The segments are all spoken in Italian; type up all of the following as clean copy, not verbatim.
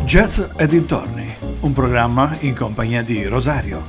Jazz e dintorni, un programma in compagnia di Rosario.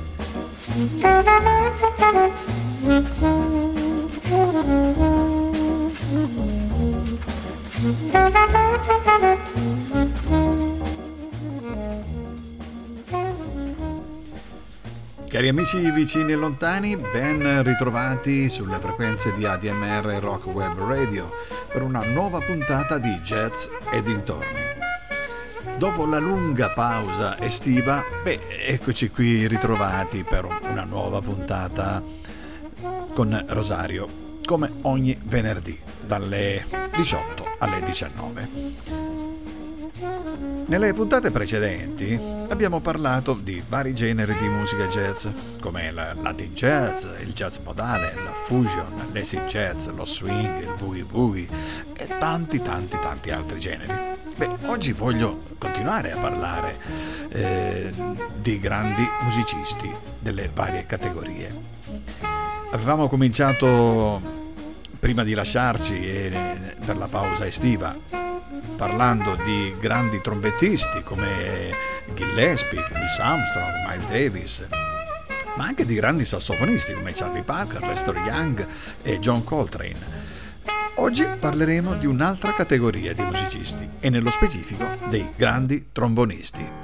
Cari amici vicini e lontani, ben ritrovati sulle frequenze di ADMR Rock Web Radio per una nuova puntata di Jazz e dintorni. Dopo la lunga pausa estiva, eccoci qui ritrovati per una nuova puntata con Rosario, come ogni venerdì, dalle 18 alle 19. Nelle puntate precedenti abbiamo parlato di vari generi di musica jazz, come il Latin jazz, il jazz modale, la fusion, l'acid jazz, lo swing, il boogie boogie e tanti altri generi. Oggi voglio continuare a parlare di grandi musicisti delle varie categorie. Avevamo cominciato, prima di lasciarci per la pausa estiva, parlando di grandi trombettisti come Gillespie, Louis Armstrong, Miles Davis, ma anche di grandi sassofonisti come Charlie Parker, Lester Young e John Coltrane. Oggi parleremo di un'altra categoria di musicisti e nello specifico dei grandi trombonisti.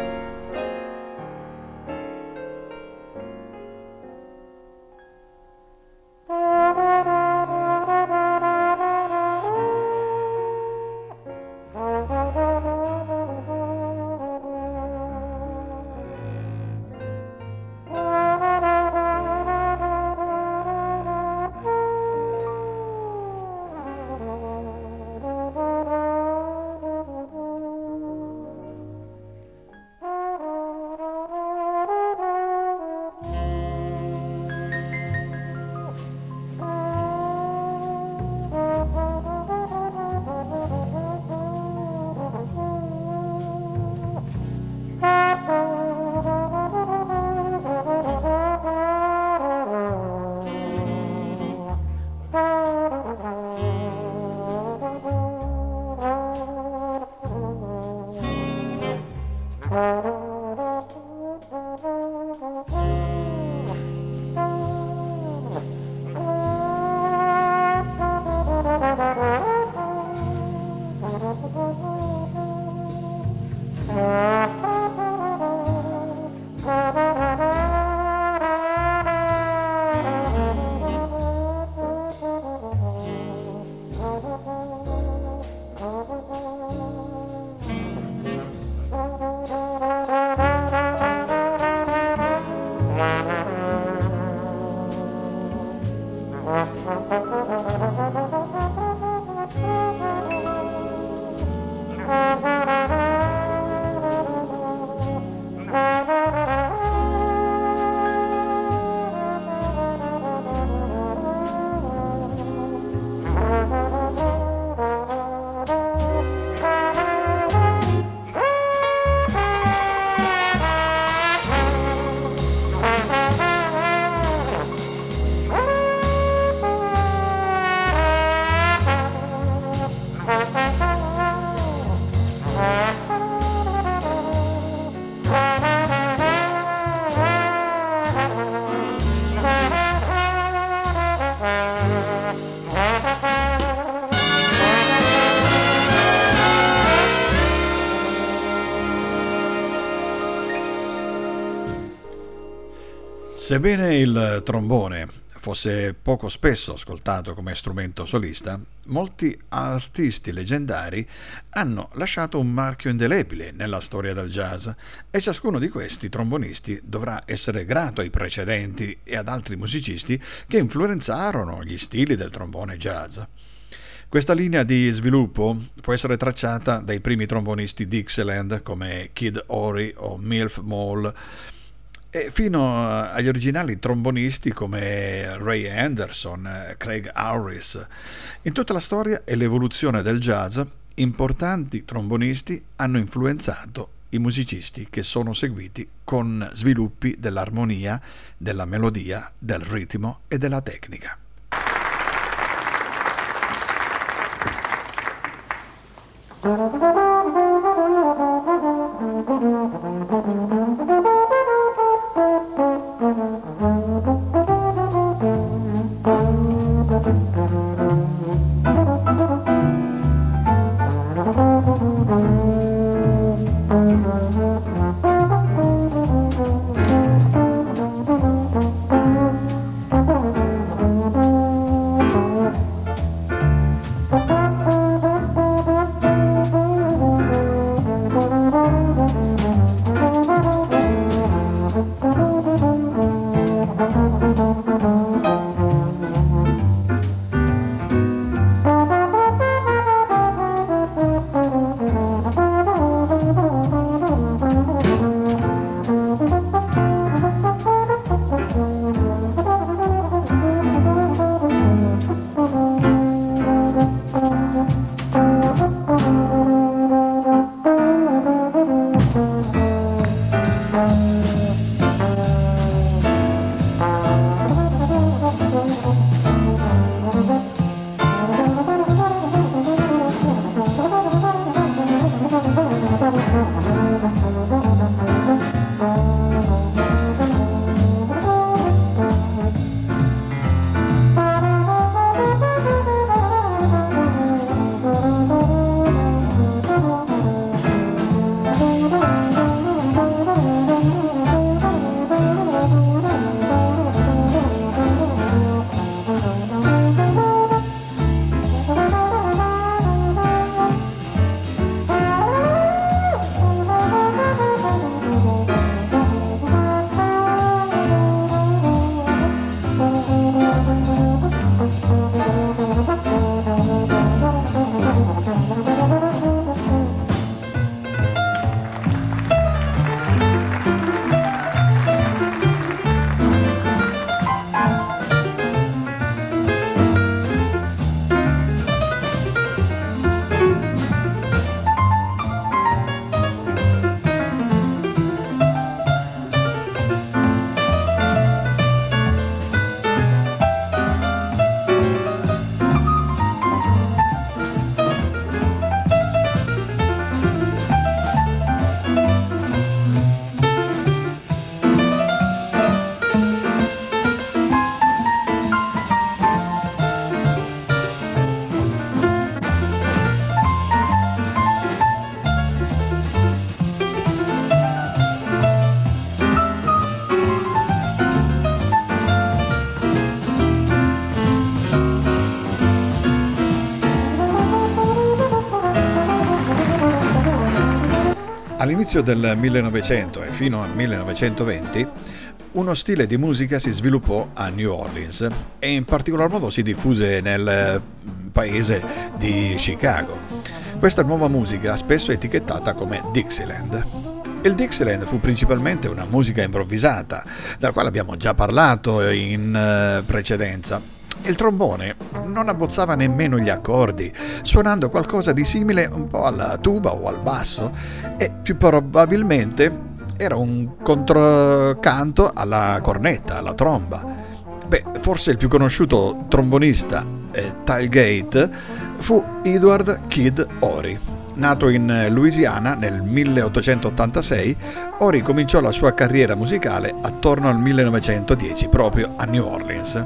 Sebbene il trombone fosse poco spesso ascoltato come strumento solista, molti artisti leggendari hanno lasciato un marchio indelebile nella storia del jazz e ciascuno di questi trombonisti dovrà essere grato ai precedenti e ad altri musicisti che influenzarono gli stili del trombone jazz. Questa linea di sviluppo può essere tracciata dai primi trombonisti Dixieland come Kid Ory o Milf Mole, e fino agli originali trombonisti come Ray Anderson, Craig Harris. In tutta la storia e l'evoluzione del jazz, importanti trombonisti hanno influenzato i musicisti che sono seguiti con sviluppi dell'armonia, della melodia, del ritmo e della tecnica. All'inizio del 1900 e fino al 1920 uno stile di musica si sviluppò a New Orleans e in particolar modo si diffuse nel paese di Chicago. Questa nuova musica spesso è etichettata come Dixieland. Il Dixieland fu principalmente una musica improvvisata, della quale abbiamo già parlato in precedenza. Il trombone non abbozzava nemmeno gli accordi, suonando qualcosa di simile un po' alla tuba o al basso, e più probabilmente era un controcanto alla cornetta, alla tromba. Forse il più conosciuto trombonista tailgate fu Edward Kid Ory. Nato in Louisiana nel 1886, Ory cominciò la sua carriera musicale attorno al 1910 proprio a New Orleans.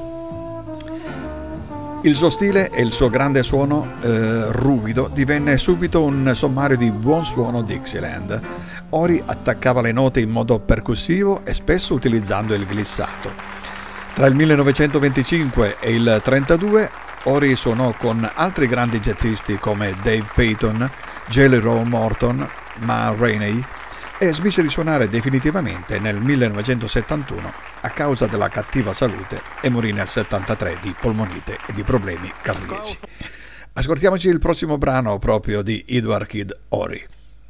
Il suo stile e il suo grande suono ruvido divenne subito un sommario di buon suono Dixieland. Ory attaccava le note in modo percussivo e spesso utilizzando il glissato. Tra il 1925 e il 1932 Ory suonò con altri grandi jazzisti come Dave Payton, Jelly Roll Morton, Ma Rainey, e smise di suonare definitivamente nel 1971 a causa della cattiva salute e morì nel 1973 di polmonite e di problemi cardiaci. Ascoltiamoci il prossimo brano proprio di Edward Kid Ory.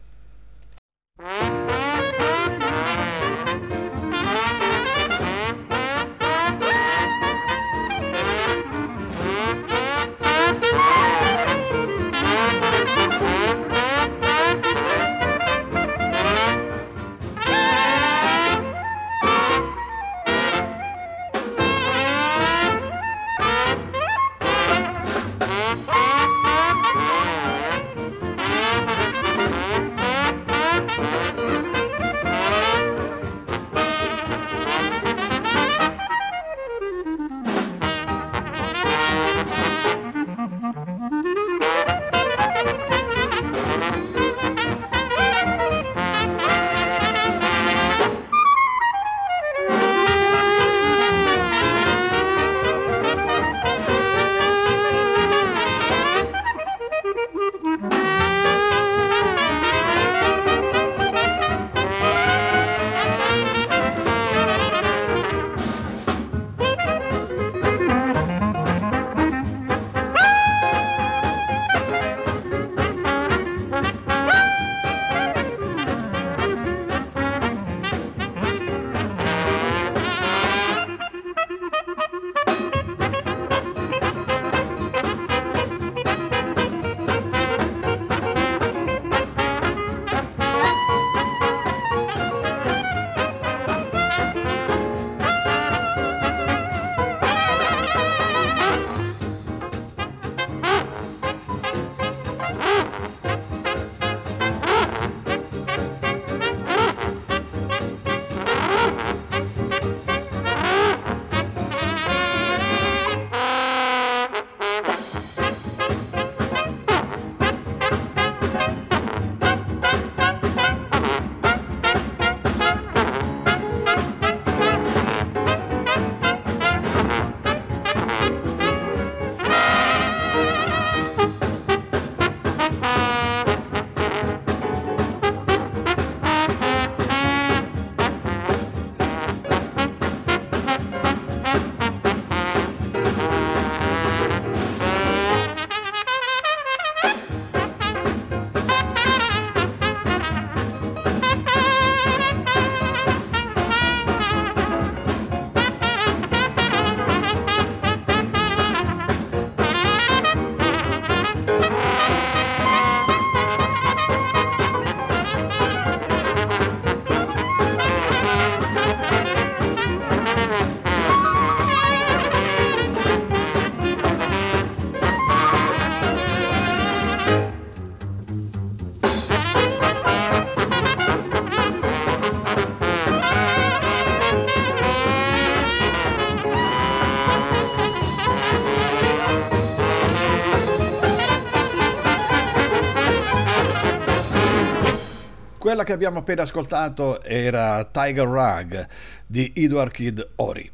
Quella che abbiamo appena ascoltato era Tiger Rag di Edward Kid Ory.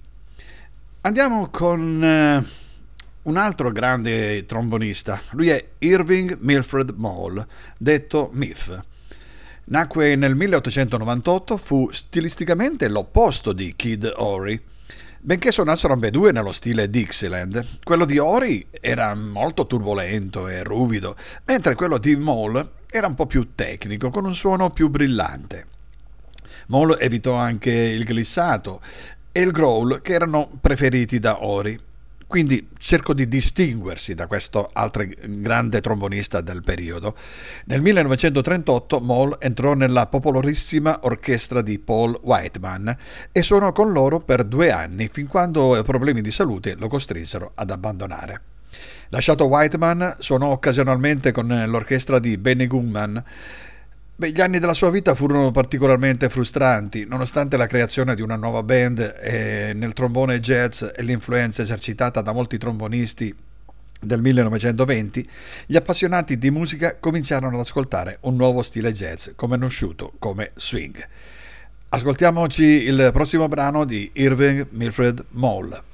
Andiamo con un altro grande trombonista. Lui è Irving Milfred Mole, detto Miff. Nacque nel 1898, fu stilisticamente l'opposto di Kid Ory. Benché suonassero ambedue nello stile Dixieland, quello di Ory era molto turbolento e ruvido, mentre quello di Mole era un po' più tecnico, con un suono più brillante. Mole evitò anche il glissato e il growl che erano preferiti da Ory. Quindi cercò di distinguersi da questo altro grande trombonista del periodo. Nel 1938 Mole entrò nella popolarissima orchestra di Paul Whiteman e suonò con loro per 2 anni, fin quando problemi di salute lo costrinsero ad abbandonare. Lasciato Whiteman, suonò occasionalmente con l'orchestra di Benny Goodman. Gli anni della sua vita furono particolarmente frustranti, nonostante la creazione di una nuova band e nel trombone jazz e l'influenza esercitata da molti trombonisti del 1920, gli appassionati di musica cominciarono ad ascoltare un nuovo stile jazz conosciuto come swing. Ascoltiamoci il prossimo brano di Irving Milfred Mole.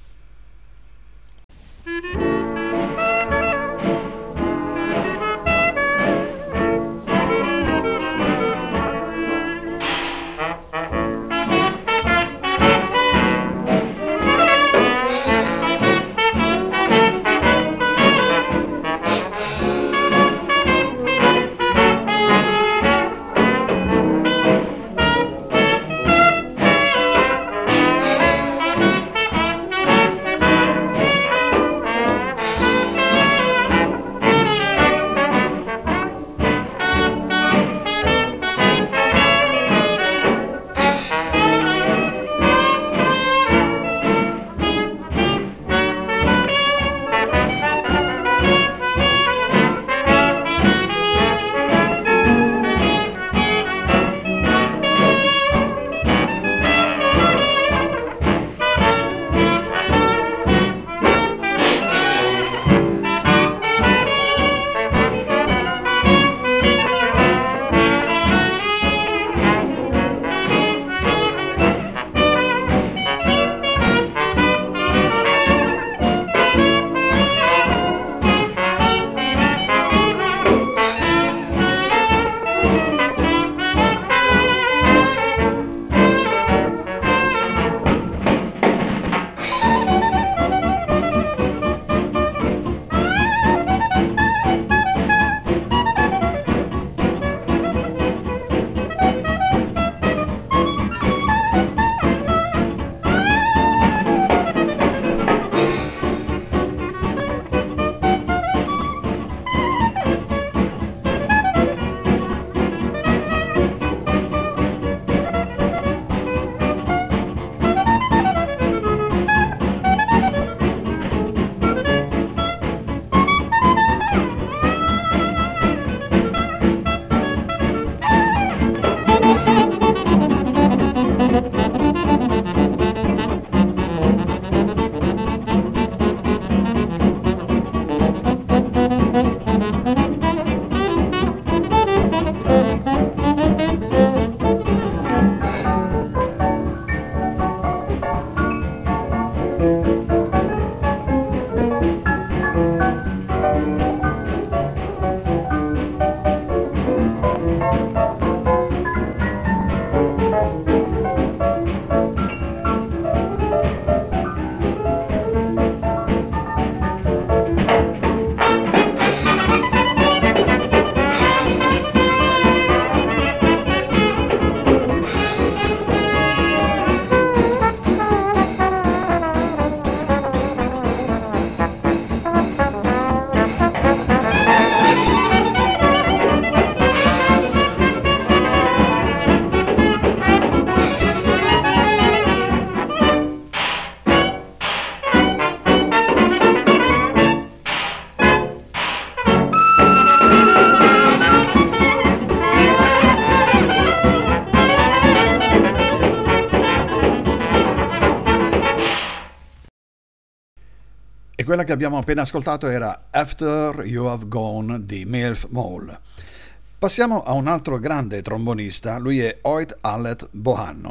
Quella che abbiamo appena ascoltato era After You Have Gone di Milf Mole. Passiamo a un altro grande trombonista, lui è Oit Allet Bohanno.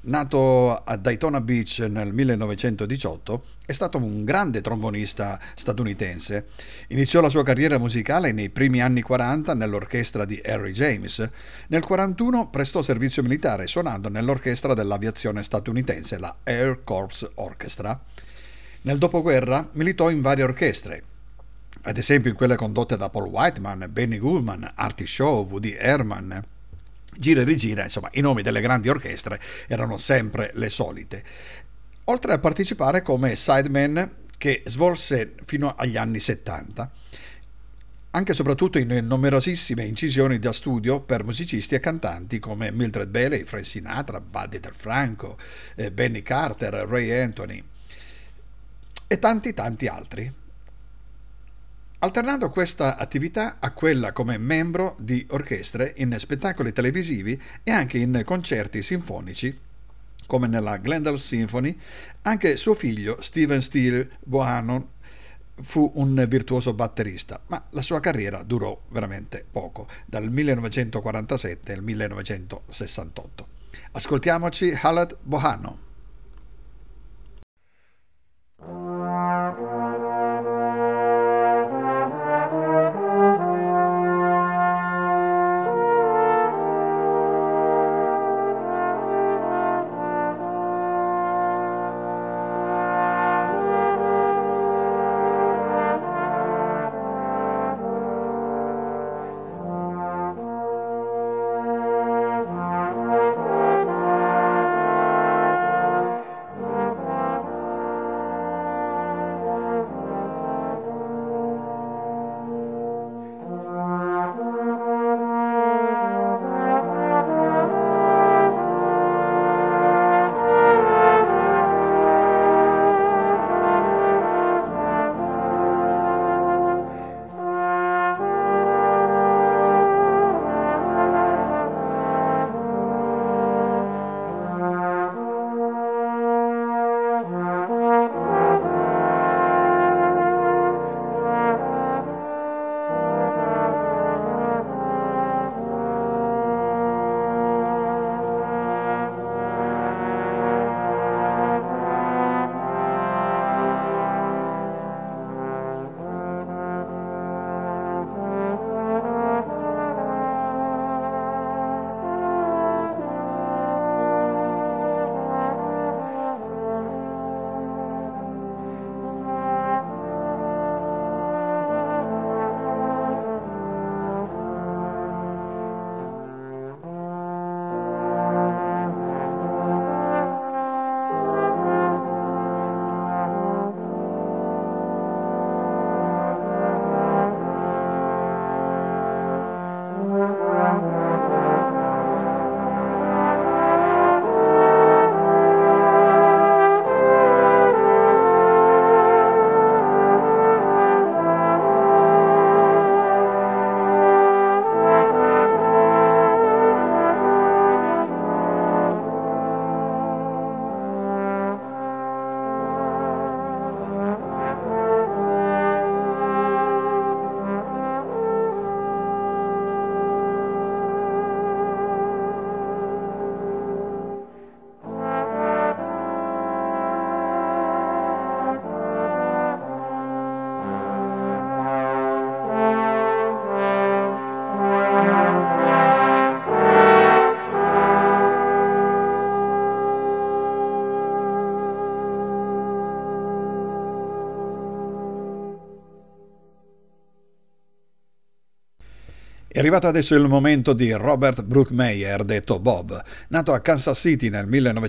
Nato a Daytona Beach nel 1918, è stato un grande trombonista statunitense. Iniziò la sua carriera musicale nei primi anni 40 nell'orchestra di Harry James. Nel 41 prestò servizio militare suonando nell'orchestra dell'aviazione statunitense, la Air Corps Orchestra. Nel dopoguerra militò in varie orchestre, ad esempio in quelle condotte da Paul Whiteman, Benny Goodman, Artie Shaw, Woody Herman. Gira e rigira, insomma, i nomi delle grandi orchestre erano sempre le solite. Oltre a partecipare come sideman che svolse fino agli anni 70, anche e soprattutto in numerosissime incisioni da studio per musicisti e cantanti come Mildred Bailey, Frank Sinatra, Buddy DelFranco, Benny Carter, Ray Anthony e tanti altri, alternando questa attività a quella come membro di orchestre in spettacoli televisivi e anche in concerti sinfonici, come nella Glendale Symphony. Anche suo figlio Stephen Steele Bohannon fu un virtuoso batterista, ma la sua carriera durò veramente poco, dal 1947 al 1968. Ascoltiamoci Haled Bohannon. È arrivato adesso il momento di Robert Brookmeyer, detto Bob. Nato a Kansas City nel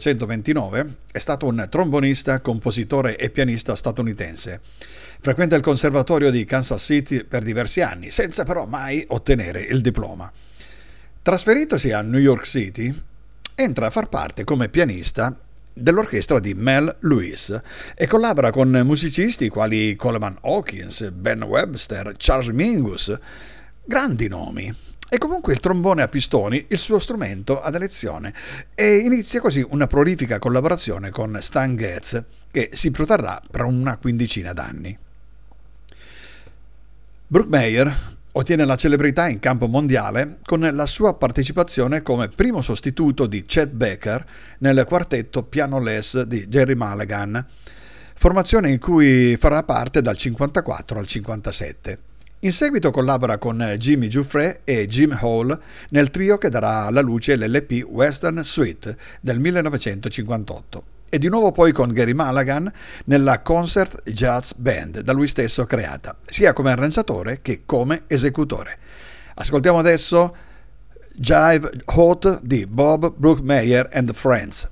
1929, è stato un trombonista, compositore e pianista statunitense. Frequenta il conservatorio di Kansas City per diversi anni, senza però mai ottenere il diploma. Trasferitosi a New York City, entra a far parte come pianista dell'orchestra di Mel Lewis e collabora con musicisti quali Coleman Hawkins, Ben Webster, Charles Mingus, grandi nomi. E comunque il trombone a pistoni, il suo strumento ad elezione, e inizia così una prolifica collaborazione con Stan Getz che si protrarrà per una quindicina d'anni. Brookmeyer Ottiene la celebrità in campo mondiale con la sua partecipazione come primo sostituto di Chet Baker nel quartetto piano-less di Gerry Mulligan, formazione in cui farà parte dal 54 al 57. In seguito collabora con Jimmy Giuffre e Jim Hall nel trio che darà alla luce l'LP Western Suite del 1958 e di nuovo poi con Gerry Mulligan nella Concert Jazz Band da lui stesso creata, sia come arrangiatore che come esecutore. Ascoltiamo adesso Jive Hot di Bob Brookmeyer and Friends.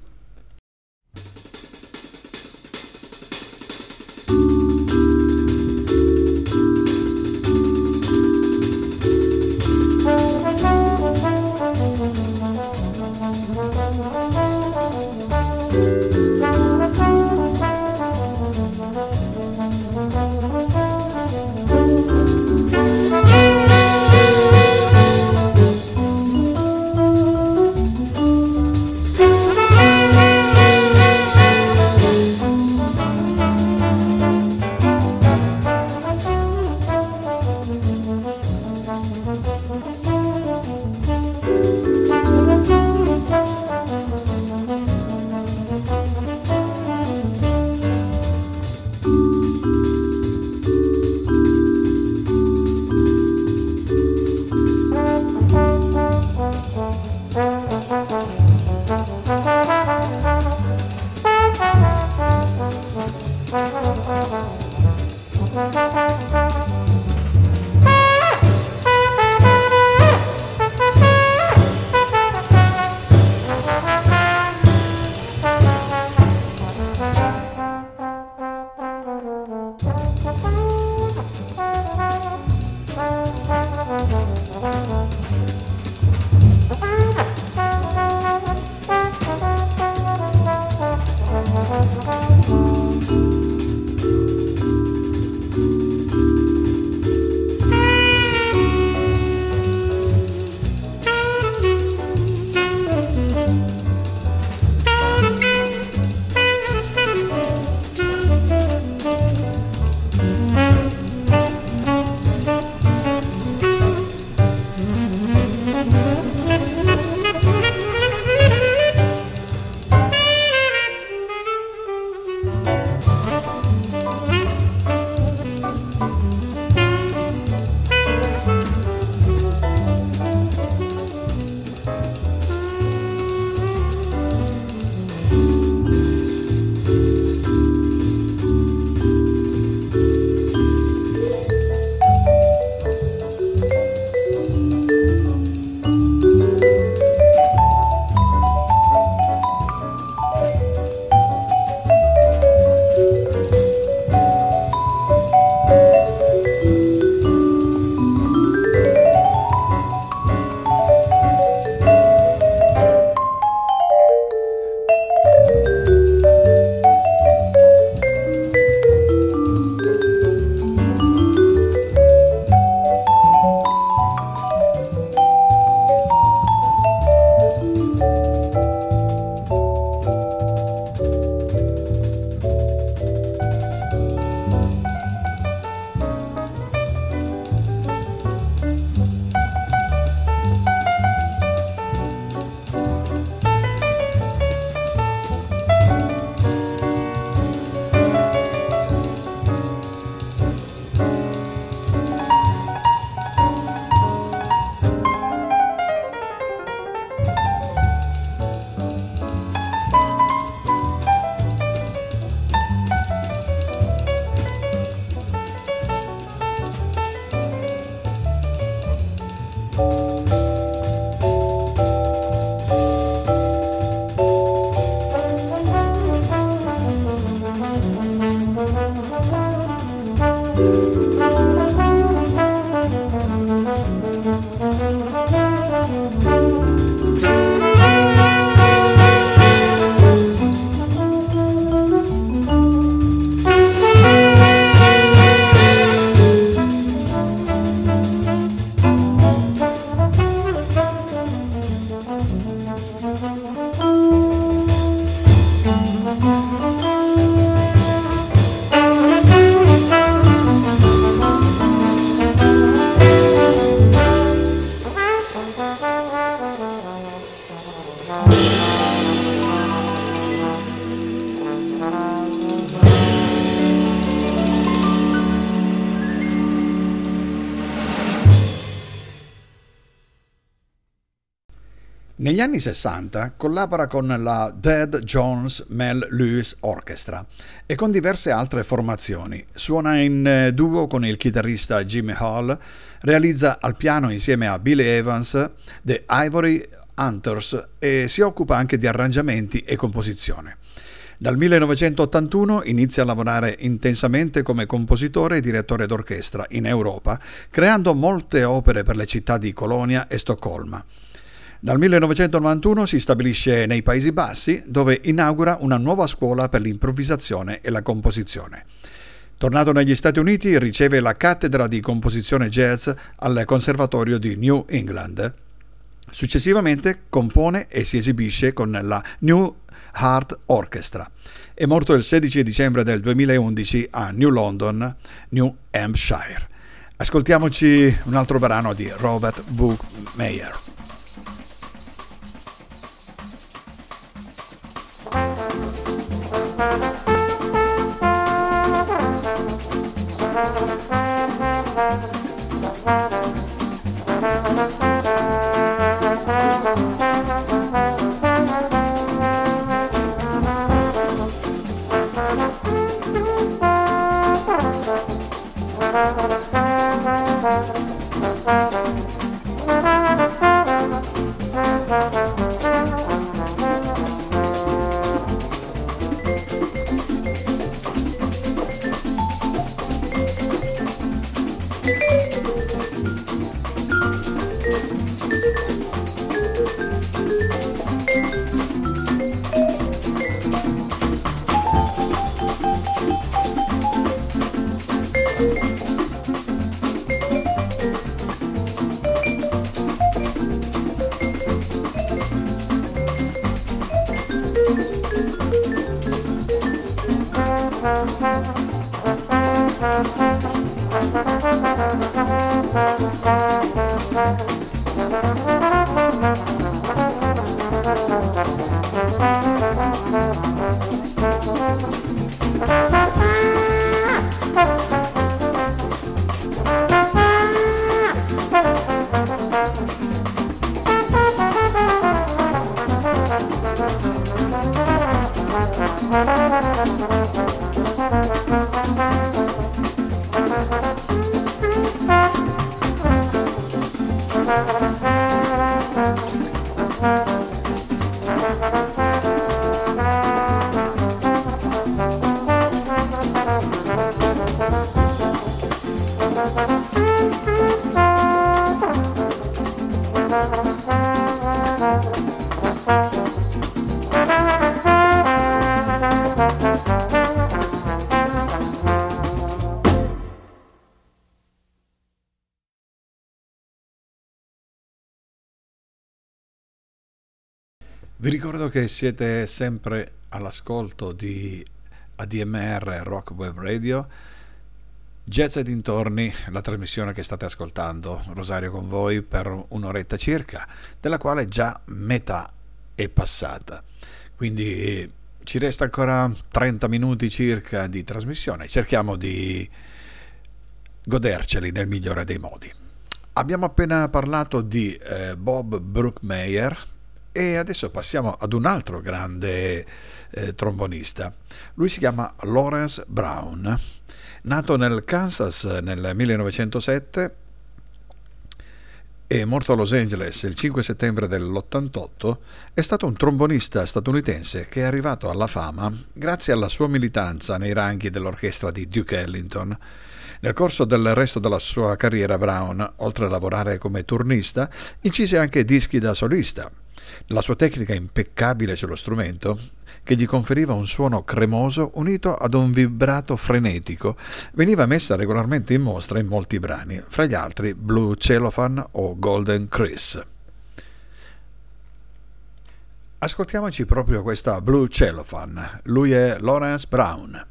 Negli anni 60 collabora con la Dead Jones Mel Lewis Orchestra e con diverse altre formazioni. Suona in duo con il chitarrista Jimmy Hall, realizza al piano insieme a Billy Evans The Ivory Hunters e si occupa anche di arrangiamenti e composizione. Dal 1981 inizia a lavorare intensamente come compositore e direttore d'orchestra in Europa, creando molte opere per le città di Colonia e Stoccolma. Dal 1991 si stabilisce nei Paesi Bassi, dove inaugura una nuova scuola per l'improvvisazione e la composizione. Tornato negli Stati Uniti, riceve la cattedra di composizione jazz al Conservatorio di New England. Successivamente compone e si esibisce con la New Heart Orchestra. È morto il 16 dicembre del 2011 a New London, New Hampshire. Ascoltiamoci un altro brano di Robert Brookmeyer. Vi ricordo che siete sempre all'ascolto di ADMR Rock Web Radio, Jazz e dintorni, la trasmissione che state ascoltando, Rosario con voi per un'oretta circa, della quale già metà è passata. Quindi ci resta ancora 30 minuti circa di trasmissione, cerchiamo di goderceli nel migliore dei modi. Abbiamo appena parlato di Bob Brookmeyer, e adesso passiamo ad un altro grande trombonista. Lui si chiama Lawrence Brown. Nato nel Kansas nel 1907 e morto a Los Angeles il 5 settembre dell'88, è stato un trombonista statunitense che è arrivato alla fama grazie alla sua militanza nei ranghi dell'orchestra di Duke Ellington. Nel corso del resto della sua carriera Brown, oltre a lavorare come turnista, incise anche dischi da solista. La sua tecnica impeccabile sullo strumento, che gli conferiva un suono cremoso unito ad un vibrato frenetico, veniva messa regolarmente in mostra in molti brani, fra gli altri Blue Cellophane o Golden Chris. Ascoltiamoci proprio questa Blue Cellophane. Lui è Lawrence Brown.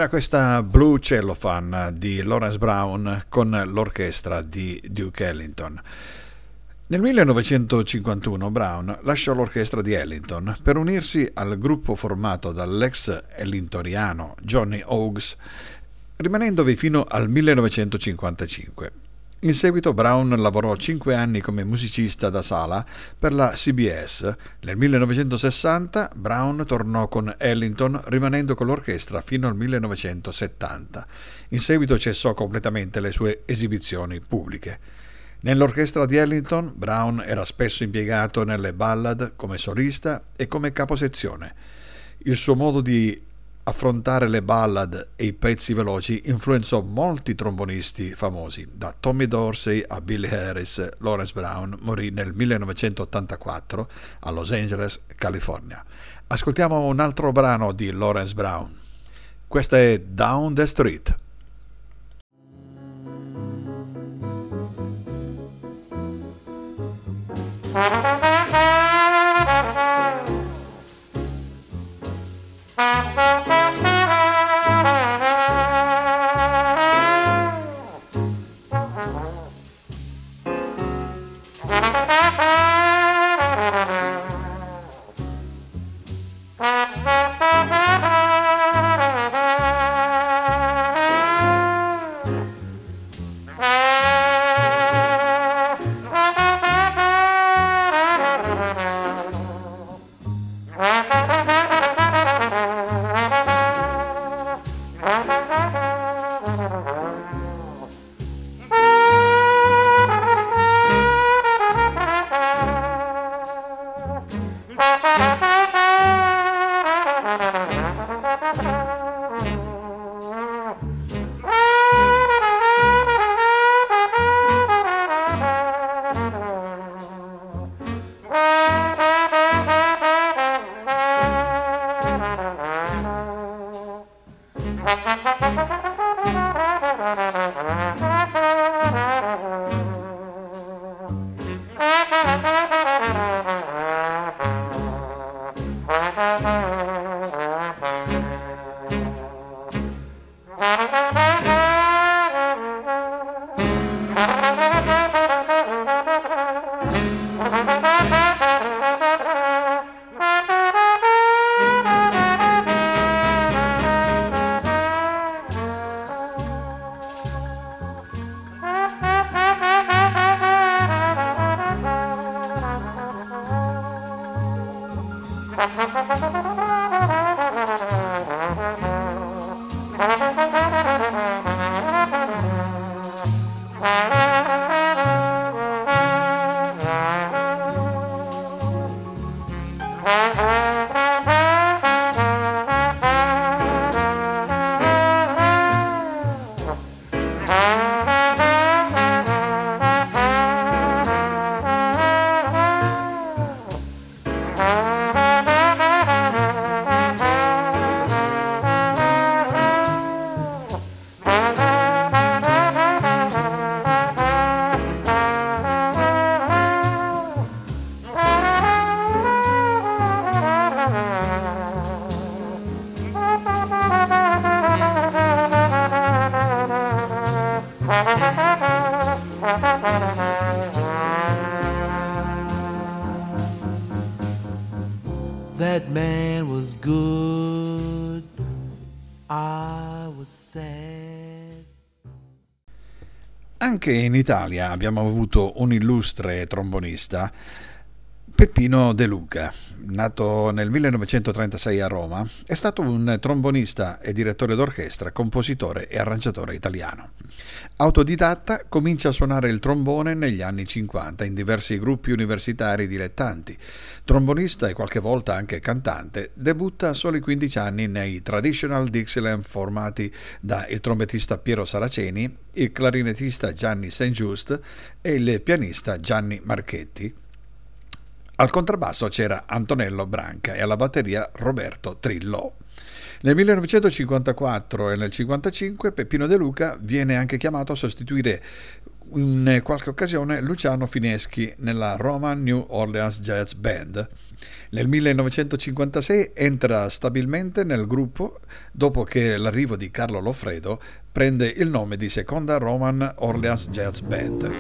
questa Blue Cellophane di Lawrence Brown con l'orchestra di Duke Ellington. Nel 1951 Brown lasciò l'orchestra di Ellington per unirsi al gruppo formato dall'ex ellingtoniano Johnny Hughes, rimanendovi fino al 1955. In seguito Brown lavorò 5 anni come musicista da sala per la CBS. Nel 1960 Brown tornò con Ellington rimanendo con l'orchestra fino al 1970. In seguito cessò completamente le sue esibizioni pubbliche. Nell'orchestra di Ellington Brown era spesso impiegato nelle ballad come solista e come caposezione. Il suo modo di affrontare le ballad e i pezzi veloci influenzò molti trombonisti famosi, da Tommy Dorsey a Billy Harris. Lawrence Brown morì nel 1984 a Los Angeles, California. Ascoltiamo un altro brano di Lawrence Brown. Questa è Down the Street. That man was good, I was sad. Anche in Italia abbiamo avuto un illustre trombonista, Peppino De Luca. Nato nel 1936 a Roma, è stato un trombonista e direttore d'orchestra, compositore e arrangiatore italiano. Autodidatta, comincia a suonare il trombone negli anni 50 in diversi gruppi universitari dilettanti. Trombonista e qualche volta anche cantante, debutta a soli 15 anni nei Traditional Dixieland formati da il trombettista Piero Saraceni, il clarinettista Gianni Saint-Just e il pianista Gianni Marchetti. Al contrabbasso c'era Antonello Branca e alla batteria Roberto Trillo. Nel 1954 e nel 1955 Peppino De Luca viene anche chiamato a sostituire in qualche occasione Luciano Fineschi nella Roma New Orleans Jazz Band. Nel 1956 entra stabilmente nel gruppo dopo che l'arrivo di Carlo Loffredo prende il nome di Seconda Roman Orleans Jazz Band.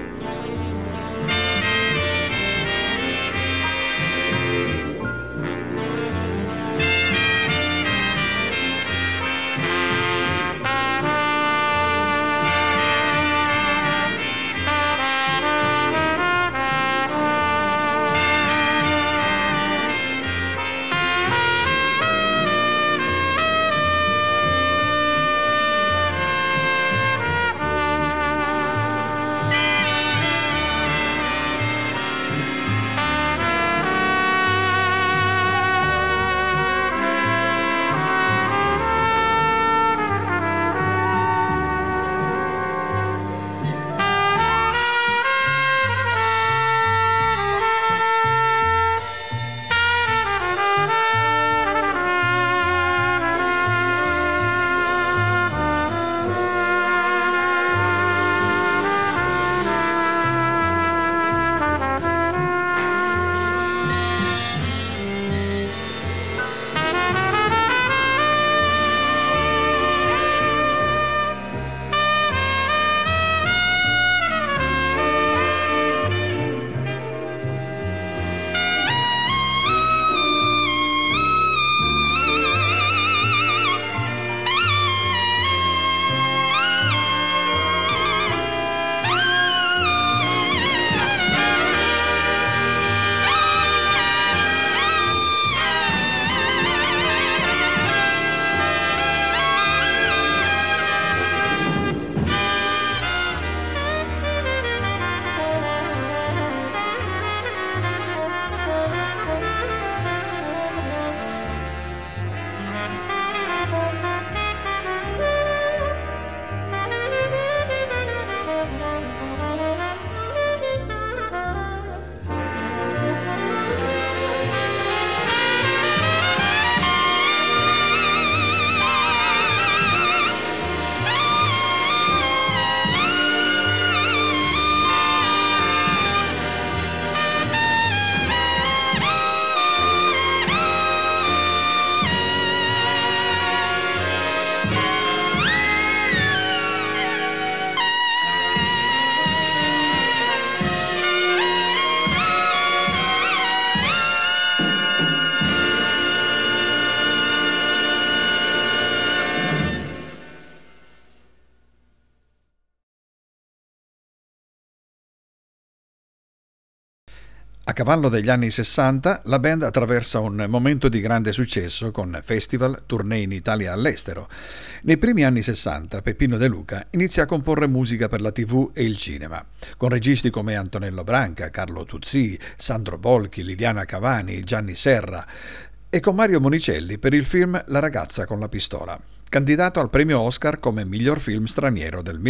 A cavallo degli anni 60 la band attraversa un momento di grande successo con festival, tournée in Italia e all'estero. Nei primi anni 60 Peppino De Luca inizia a comporre musica per la TV e il cinema, con registi come Antonello Branca, Carlo Tuzzi, Sandro Bolchi, Liliana Cavani, Gianni Serra e con Mario Monicelli per il film La ragazza con la pistola, candidato al premio Oscar come miglior film straniero del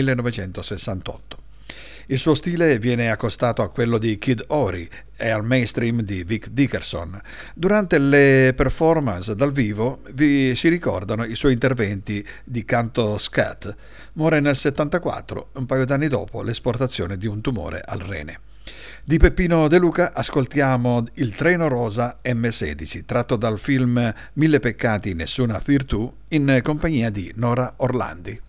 1968. Il suo stile viene accostato a quello di Kid Ory e al mainstream di Vic Dickerson. Durante le performance dal vivo si ricordano i suoi interventi di canto scat. Muore nel 74, un paio d'anni dopo l'esportazione di un tumore al rene. Di Peppino De Luca ascoltiamo Il treno rosa M16, tratto dal film Mille peccati, nessuna virtù, in compagnia di Nora Orlandi.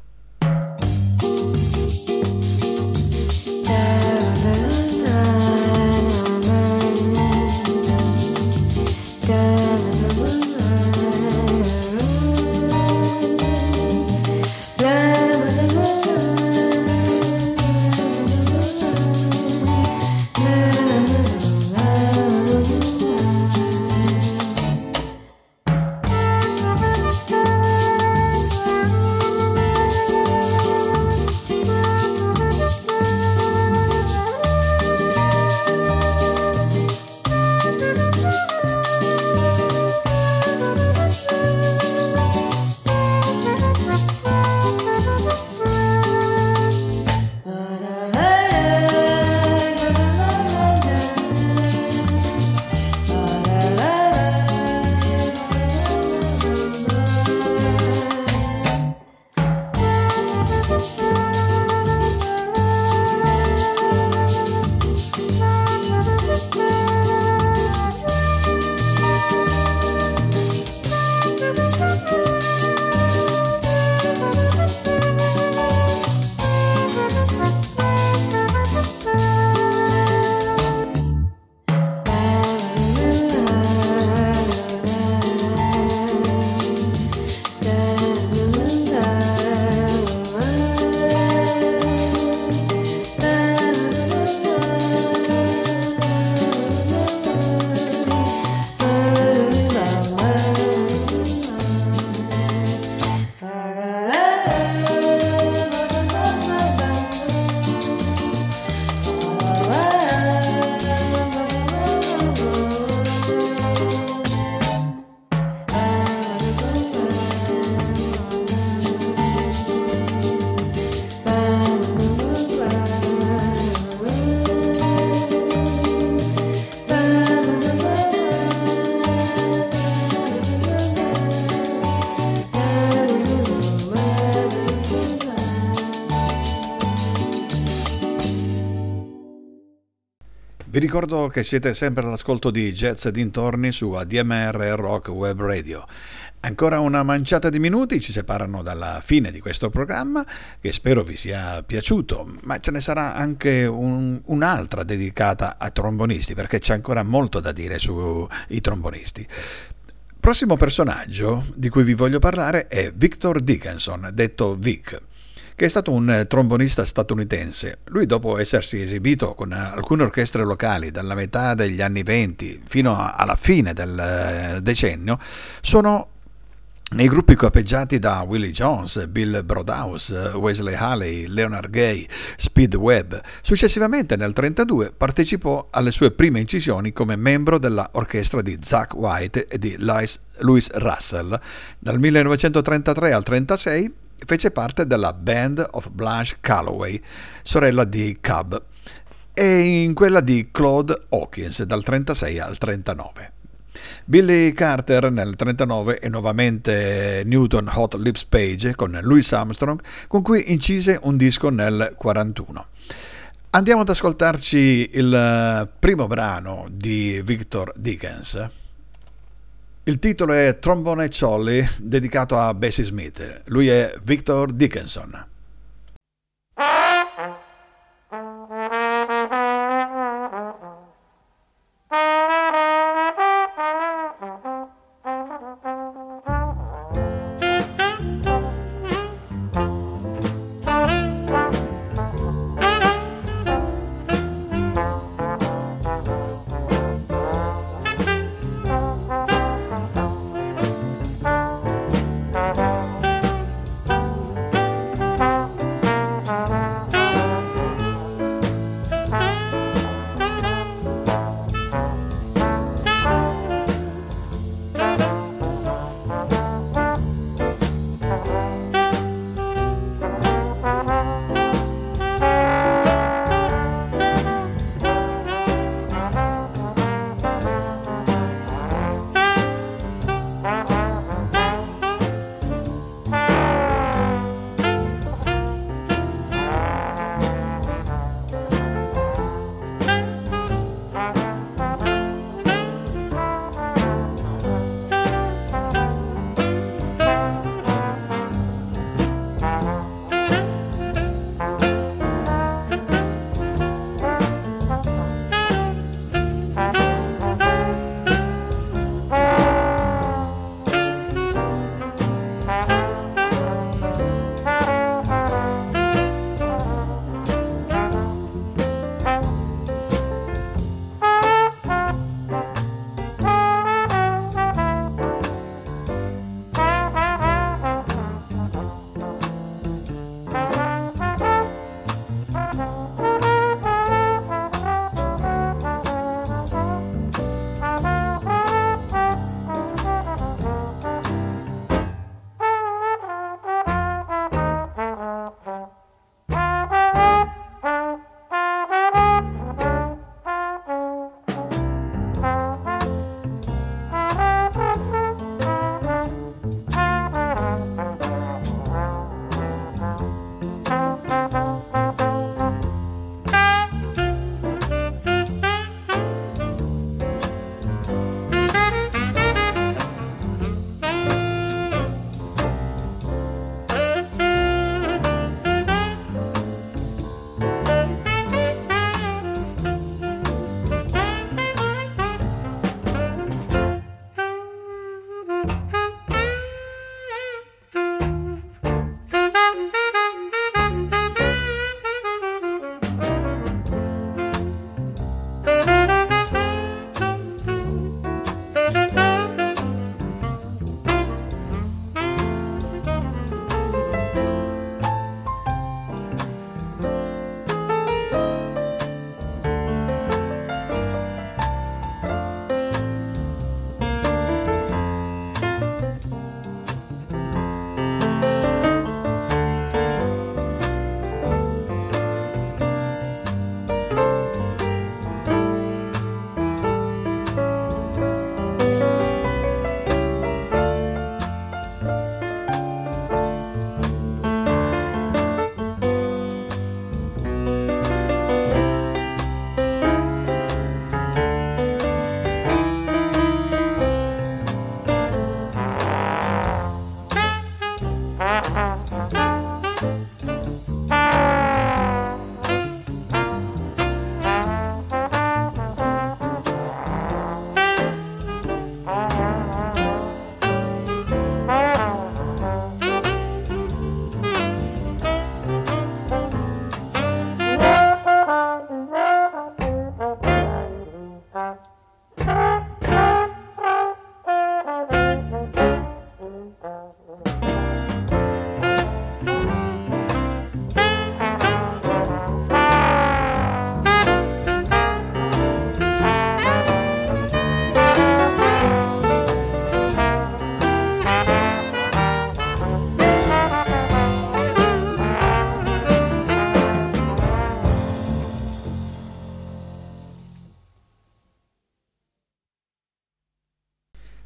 Vi ricordo che siete sempre all'ascolto di Jazz e dintorni su ADMR Rock Web Radio. Ancora una manciata di minuti ci separano dalla fine di questo programma, che spero vi sia piaciuto, ma ce ne sarà anche un'altra dedicata ai trombonisti, perché c'è ancora molto da dire sui trombonisti. Prossimo personaggio di cui vi voglio parlare è Victor Dickinson, detto Vic, che è stato un trombonista statunitense. Lui, dopo essersi esibito con alcune orchestre locali dalla metà degli anni 20 fino alla fine del decennio, sono nei gruppi capeggiati da Willie Jones, Bill Brodhouse, Wesley Haley, Leonard Gay, Speed Webb. Successivamente, nel 1932, partecipò alle sue prime incisioni come membro dell'orchestra di Zakk Whyte e di Louis Russell. Dal 1933 al 1936 fece parte della Band of Blanche Calloway, sorella di Cub, e in quella di Claude Hawkins dal 1936 al 1939. Billy Carter nel 1939 e nuovamente Newton Hot Lips Page con Louis Armstrong, con cui incise un disco nel 1941. Andiamo ad ascoltarci il primo brano di Victor Dickens. Il titolo è Trombone Cholly, dedicato a Bessie Smith. Lui è Victor Dickinson.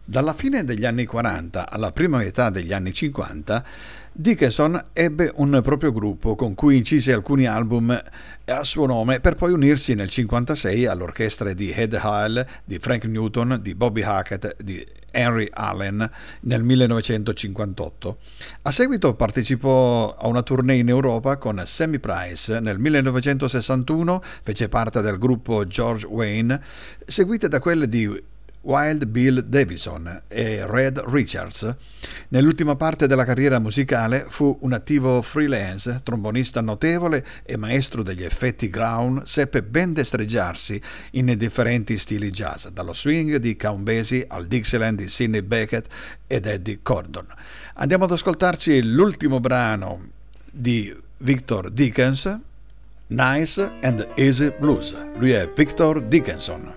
Dalla fine degli anni 40 alla prima metà degli anni 50, Dickinson ebbe un proprio gruppo con cui incise alcuni album a suo nome per poi unirsi nel 56 all'orchestra di Ed Hale, di Frank Newton, di Bobby Hackett, di Henry Allen nel 1958. A seguito partecipò a una tournée in Europa con Sammy Price. Nel 1961 fece parte del gruppo George Wayne, seguite da quelle di Wild Bill Davison e Red Richards. Nell'ultima parte della carriera musicale fu un attivo freelance, trombonista notevole e maestro degli effetti ground. Seppe ben destreggiarsi in differenti stili jazz, dallo swing di Count Basie al Dixieland di Sidney Bechet ed Eddie Condon. Andiamo ad ascoltarci l'ultimo brano di Victor Dickens, Nice and Easy Blues. Lui è Victor Dickinson.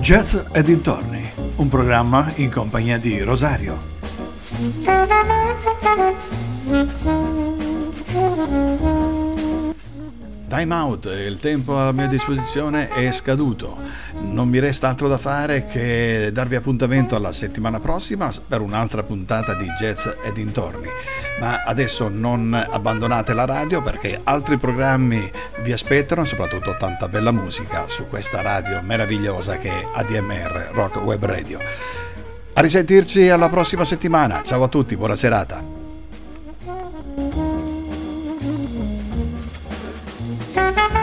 Jazz e dintorni, un programma in compagnia di Rosario. Time out, il tempo a mia disposizione è scaduto. Non mi resta altro da fare che darvi appuntamento alla settimana prossima per un'altra puntata di Jazz e dintorni. Ma adesso non abbandonate la radio perché altri programmi vi aspettano, soprattutto tanta bella musica su questa radio meravigliosa che è ADMR Rock Web Radio. A risentirci alla prossima settimana. Ciao a tutti, buona serata. Thank you.